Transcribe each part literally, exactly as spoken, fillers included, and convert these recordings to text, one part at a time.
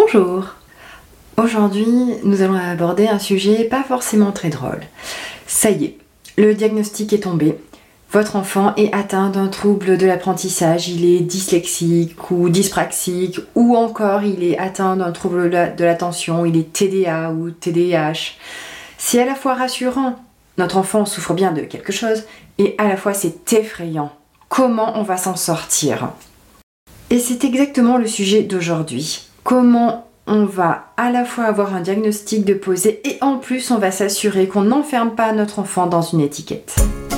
Bonjour. Aujourd'hui, nous allons aborder un sujet pas forcément très drôle. Ça y est, le diagnostic est tombé. Votre enfant est atteint d'un trouble de l'apprentissage, il est dyslexique ou dyspraxique, ou encore il est atteint d'un trouble de l'attention, il est T D A ou T D A H. C'est à la fois rassurant, notre enfant souffre bien de quelque chose, et à la fois c'est effrayant. Comment on va s'en sortir ? Et c'est exactement le sujet d'aujourd'hui. Comment on va à la fois avoir un diagnostic de posé et en plus on va s'assurer qu'on n'enferme pas notre enfant dans une étiquette.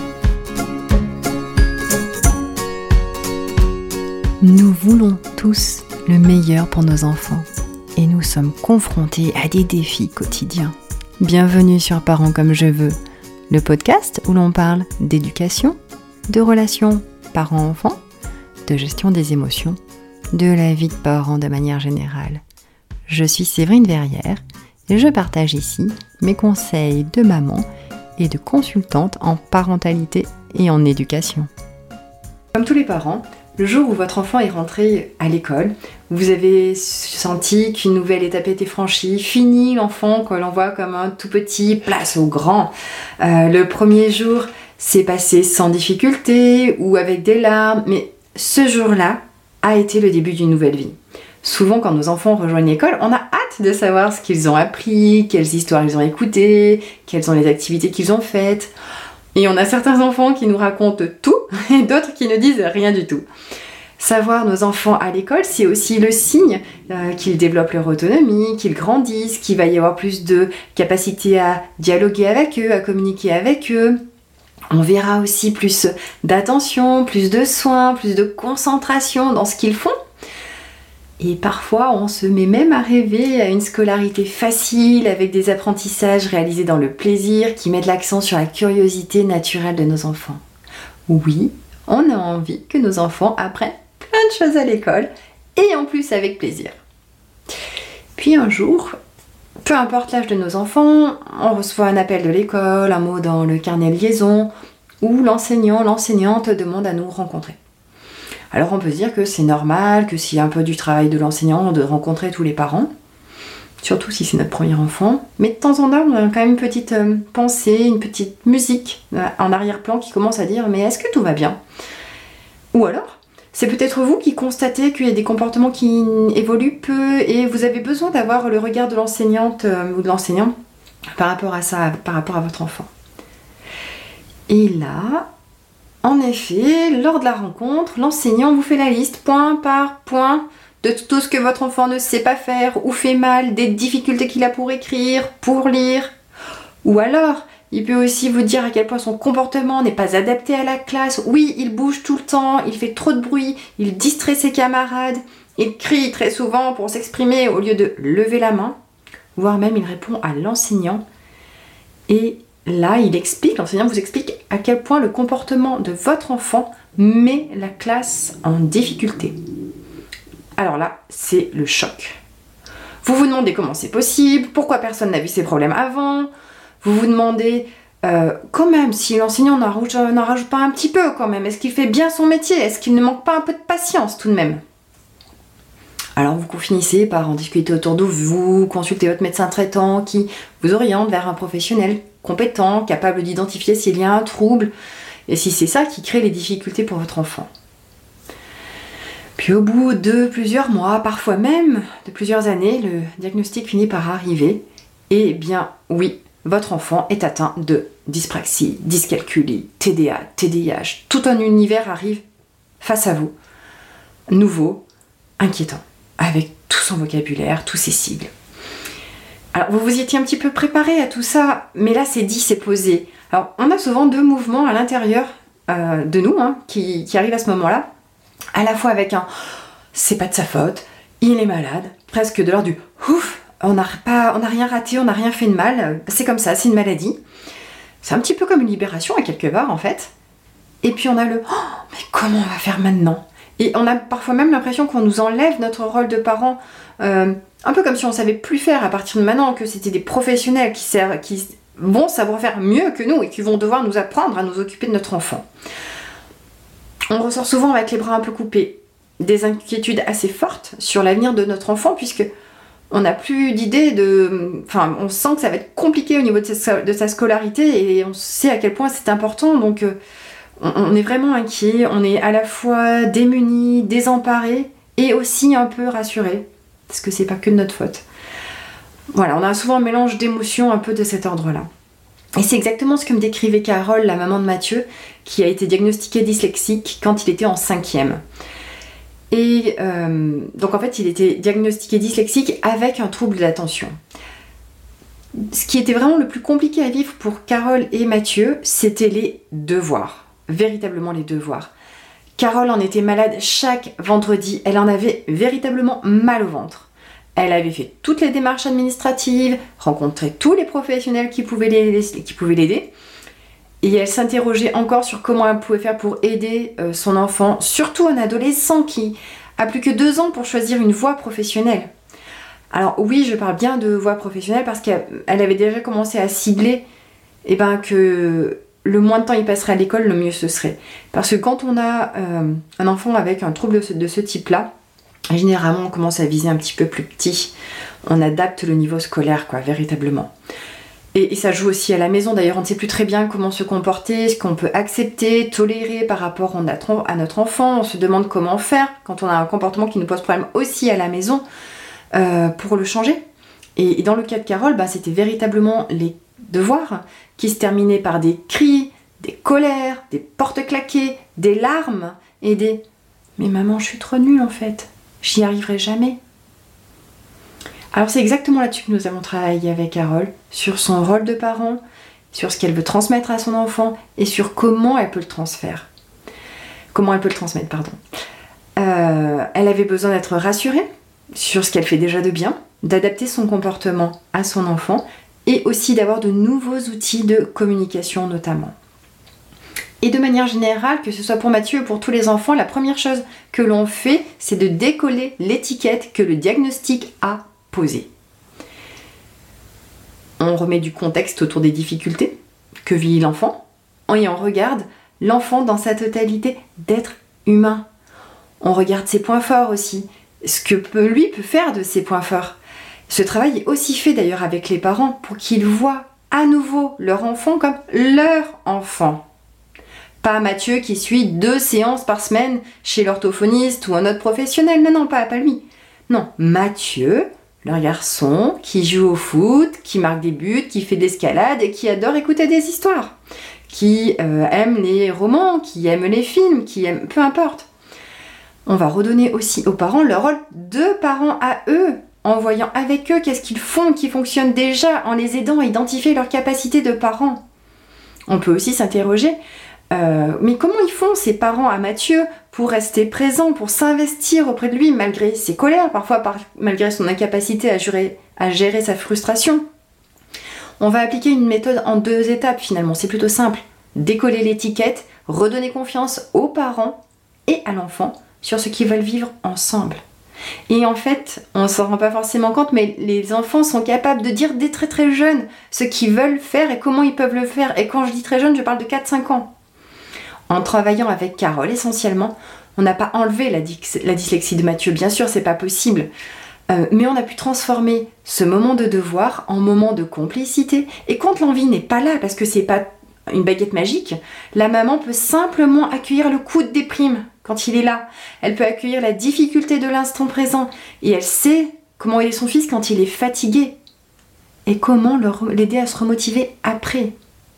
Nous voulons tous le meilleur pour nos enfants et nous sommes confrontés à des défis quotidiens. Bienvenue sur Parents comme je veux, le podcast où l'on parle d'éducation, de relations parents-enfants, de gestion des émotions, de la vie de parents de manière générale. Je suis Séverine Verrière et je partage ici mes conseils de maman et de consultante en parentalité et en éducation. Comme tous les parents, le jour où votre enfant est rentré à l'école, vous avez senti qu'une nouvelle étape était franchie, fini l'enfant que l'on voit comme un tout petit, place au grand. Euh, le premier jour s'est passé sans difficulté ou avec des larmes, mais ce jour-là a été le début d'une nouvelle vie. Souvent, quand nos enfants rejoignent l'école, on a hâte de savoir ce qu'ils ont appris, quelles histoires ils ont écoutées, quelles sont les activités qu'ils ont faites. Et on a certains enfants qui nous racontent tout et d'autres qui ne disent rien du tout. Savoir nos enfants à l'école, c'est aussi le signe euh, qu'ils développent leur autonomie, qu'ils grandissent, qu'il va y avoir plus de capacité à dialoguer avec eux, à communiquer avec eux. On verra aussi plus d'attention, plus de soins, plus de concentration dans ce qu'ils font. Et parfois, on se met même à rêver à une scolarité facile avec des apprentissages réalisés dans le plaisir qui mettent l'accent sur la curiosité naturelle de nos enfants. Oui, on a envie que nos enfants apprennent plein de choses à l'école et en plus avec plaisir. Puis un jour, peu importe l'âge de nos enfants, on reçoit un appel de l'école, un mot dans le carnet de liaison, où l'enseignant, l'enseignante demande à nous rencontrer. Alors on peut se dire que c'est normal, que c'est un peu du travail de l'enseignant de rencontrer tous les parents, surtout si c'est notre premier enfant, mais de temps en temps on a quand même une petite euh, pensée, une petite musique euh, en arrière-plan qui commence à dire « mais est-ce que tout va bien ?» Ou alors, c'est peut-être vous qui constatez qu'il y a des comportements qui évoluent peu et vous avez besoin d'avoir le regard de l'enseignante euh, ou de l'enseignant par rapport à ça, par rapport à votre enfant. Et là, en effet, lors de la rencontre, l'enseignant vous fait la liste point par point de tout ce que votre enfant ne sait pas faire ou fait mal, des difficultés qu'il a pour écrire, pour lire. Ou alors, il peut aussi vous dire à quel point son comportement n'est pas adapté à la classe. Oui, il bouge tout le temps, il fait trop de bruit, il distrait ses camarades, il crie très souvent pour s'exprimer au lieu de lever la main, voire même il répond à l'enseignant. Et là, il explique, l'enseignant vous explique à quel point le comportement de votre enfant met la classe en difficulté. Alors là, c'est le choc. Vous vous demandez comment c'est possible, pourquoi personne n'a vu ces problèmes avant. Vous vous demandez euh, quand même si l'enseignant n'en rajoute, n'en rajoute pas un petit peu quand même. Est-ce qu'il fait bien son métier ? Est-ce qu'il ne manque pas un peu de patience tout de même ? Alors vous finissez par en discuter autour de vous, consulter votre médecin traitant qui vous oriente vers un professionnel compétent, capable d'identifier s'il y a un trouble et si c'est ça qui crée les difficultés pour votre enfant. Puis au bout de plusieurs mois, parfois même de plusieurs années, le diagnostic finit par arriver. Et bien oui, votre enfant est atteint de dyspraxie, dyscalculie, T D A, T D A H. Tout un univers arrive face à vous, nouveau, inquiétant, avec tout son vocabulaire, tous ses sigles. Alors, vous vous y étiez un petit peu préparé à tout ça, mais là, c'est dit, c'est posé. Alors, on a souvent deux mouvements à l'intérieur euh, de nous hein, qui, qui arrivent à ce moment-là, à la fois avec un « c'est pas de sa faute, il est malade », presque de l'ordre du « ouf, on n'a pas, on n'a rien raté, on n'a rien fait de mal, c'est comme ça, c'est une maladie ». C'est un petit peu comme une libération à quelque part, en fait. Et puis, on a le « oh, mais comment on va faire maintenant ?» Et on a parfois même l'impression qu'on nous enlève notre rôle de parent, euh, un peu comme si on ne savait plus faire à partir de maintenant, que c'était des professionnels qui, servent, qui vont savoir faire mieux que nous et qui vont devoir nous apprendre à nous occuper de notre enfant. On ressort souvent avec les bras un peu coupés, des inquiétudes assez fortes sur l'avenir de notre enfant, puisque On n'a plus d'idée de... Enfin, on sent que ça va être compliqué au niveau de sa, de sa scolarité et on sait à quel point c'est important. Donc, euh, on, on est vraiment inquiet. On est à la fois démunis, désemparés et aussi un peu rassurés. Parce que c'est pas que de notre faute. Voilà, on a souvent un mélange d'émotions un peu de cet ordre-là. Et c'est exactement ce que me décrivait Carole, la maman de Mathieu, qui a été diagnostiquée dyslexique quand il était en cinquième. Et euh, donc en fait, il était diagnostiqué dyslexique avec un trouble de l'attention. Ce qui était vraiment le plus compliqué à vivre pour Carole et Mathieu, c'était les devoirs. Véritablement les devoirs. Carole en était malade chaque vendredi. Elle en avait véritablement mal au ventre. Elle avait fait toutes les démarches administratives, rencontré tous les professionnels qui pouvaient l'aider, qui pouvaient l'aider. Et elle s'interrogeait encore sur comment elle pouvait faire pour aider euh, son enfant, surtout un adolescent qui a plus que deux ans pour choisir une voie professionnelle. Alors oui, je parle bien de voie professionnelle parce qu'elle avait déjà commencé à cibler eh ben, que le moins de temps il passerait à l'école, le mieux ce serait. Parce que quand on a euh, un enfant avec un trouble de ce, de ce type-là, généralement on commence à viser un petit peu plus petit. On adapte le niveau scolaire, quoi, véritablement. Et, et ça joue aussi à la maison. D'ailleurs, on ne sait plus très bien comment se comporter, ce qu'on peut accepter, tolérer par rapport à notre enfant. On se demande comment faire quand on a un comportement qui nous pose problème aussi à la maison euh, pour le changer. Et, et dans le cas de Carole, bah, c'était véritablement les devoirs qui se terminaient par des cris, des colères, des portes claquées, des larmes et des « Mais maman, je suis trop nulle en fait, j'y arriverai jamais ». Alors c'est exactement là-dessus que nous avons travaillé avec Carole, sur son rôle de parent, sur ce qu'elle veut transmettre à son enfant et sur comment elle peut le transférer. Comment elle peut le transmettre, pardon. Euh, elle avait besoin d'être rassurée sur ce qu'elle fait déjà de bien, d'adapter son comportement à son enfant et aussi d'avoir de nouveaux outils de communication notamment. Et de manière générale, que ce soit pour Mathieu ou pour tous les enfants, la première chose que l'on fait, c'est de décoller l'étiquette que le diagnostic a posée. On remet du contexte autour des difficultés que vit l'enfant et on regarde l'enfant dans sa totalité d'être humain. On regarde ses points forts aussi, ce que peut, lui peut faire de ses points forts. Ce travail est aussi fait d'ailleurs avec les parents pour qu'ils voient à nouveau leur enfant comme leur enfant. Pas Mathieu qui suit deux séances par semaine chez l'orthophoniste ou un autre professionnel. Non, non, pas, pas lui. Non, Mathieu, leur garçon qui joue au foot, qui marque des buts, qui fait de l'escalade et qui adore écouter des histoires. Qui euh, aime les romans, qui aime les films, qui aime... peu importe. On va redonner aussi aux parents leur rôle de parents à eux, en voyant avec eux qu'est-ce qu'ils font, qui fonctionne déjà, en les aidant à identifier leurs capacités de parents. On peut aussi s'interroger, euh, mais comment ils font ces parents à Mathieu pour rester présents, pour s'investir auprès de lui malgré ses colères, parfois par, malgré son incapacité à gérer, à gérer sa frustration. On va appliquer une méthode en deux étapes finalement, c'est plutôt simple. Décoller l'étiquette, redonner confiance aux parents et à l'enfant sur ce qu'ils veulent vivre ensemble. Et en fait, on ne s'en rend pas forcément compte, mais les enfants sont capables de dire dès très très jeunes ce qu'ils veulent faire et comment ils peuvent le faire. Et quand je dis très jeune, je parle de quatre cinq ans. En travaillant avec Carole essentiellement, on n'a pas enlevé la, dys- la dyslexie de Mathieu, bien sûr, c'est pas possible. Euh, mais on a pu transformer ce moment de devoir en moment de complicité. Et quand l'envie n'est pas là, parce que c'est pas une baguette magique, la maman peut simplement accueillir le coup de déprime quand il est là. Elle peut accueillir la difficulté de l'instant présent et elle sait comment aider son fils quand il est fatigué et comment leur, l'aider à se remotiver après.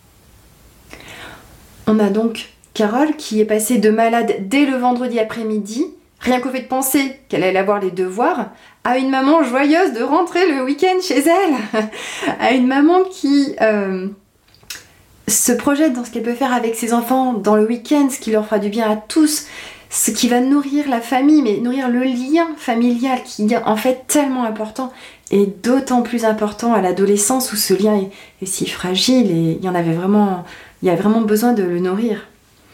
On a donc Carole qui est passée de malade dès le vendredi après-midi, rien qu'au fait de penser qu'elle allait avoir les devoirs, à une maman joyeuse de rentrer le week-end chez elle, à une maman qui... Euh, se projette dans ce qu'elle peut faire avec ses enfants dans le week-end, ce qui leur fera du bien à tous, ce qui va nourrir la famille, mais nourrir le lien familial qui est en fait tellement important et d'autant plus important à l'adolescence où ce lien est, est si fragile et il y en avait vraiment, il y a vraiment besoin de le nourrir.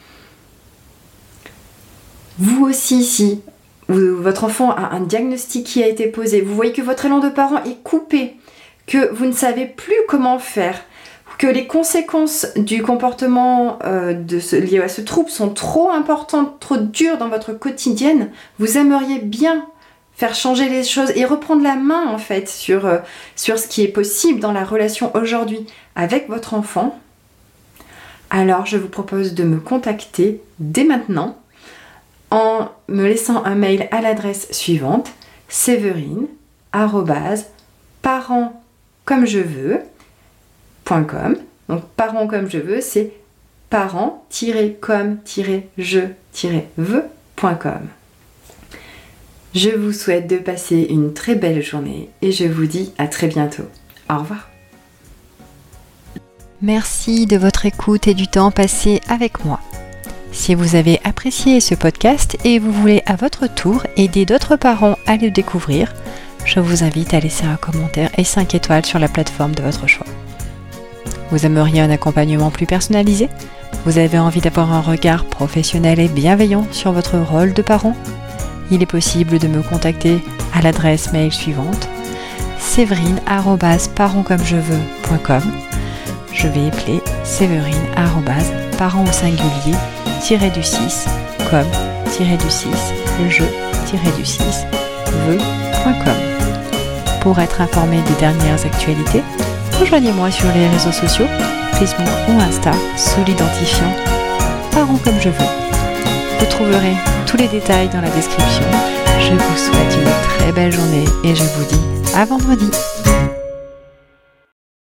Vous aussi, si vous, votre enfant a un diagnostic qui a été posé, vous voyez que votre élan de parent est coupé, que vous ne savez plus comment faire, que les conséquences du comportement euh, de ce, lié à ce trouble sont trop importantes, trop dures dans votre quotidienne, vous aimeriez bien faire changer les choses et reprendre la main en fait sur, euh, sur ce qui est possible dans la relation aujourd'hui avec votre enfant, alors je vous propose de me contacter dès maintenant en me laissant un mail à l'adresse suivante, séverine arobase parents comme je veux point com. Donc parents comme je veux, c'est parents comme je veux point com. Je vous souhaite de passer une très belle journée et je vous dis à très bientôt. Au revoir. Merci de votre écoute et du temps passé avec moi. Si vous avez apprécié ce podcast et vous voulez à votre tour aider d'autres parents à le découvrir, je vous invite à laisser un commentaire et cinq étoiles sur la plateforme de votre choix. Vous aimeriez un accompagnement plus personnalisé ? Vous avez envie d'avoir un regard professionnel et bienveillant sur votre rôle de parent ? Il est possible de me contacter à l'adresse mail suivante, séverine arobase parents comme je veux point com. Je vais épeler séverine arobase parents au singulier tiré du six com tiré du six je tiré du six veux point com. Pour être informé des dernières actualités, rejoignez-moi sur les réseaux sociaux, Facebook ou Insta, sous l'identifiant Parents comme je veux. Vous trouverez tous les détails dans la description. Je vous souhaite une très belle journée et je vous dis à vendredi.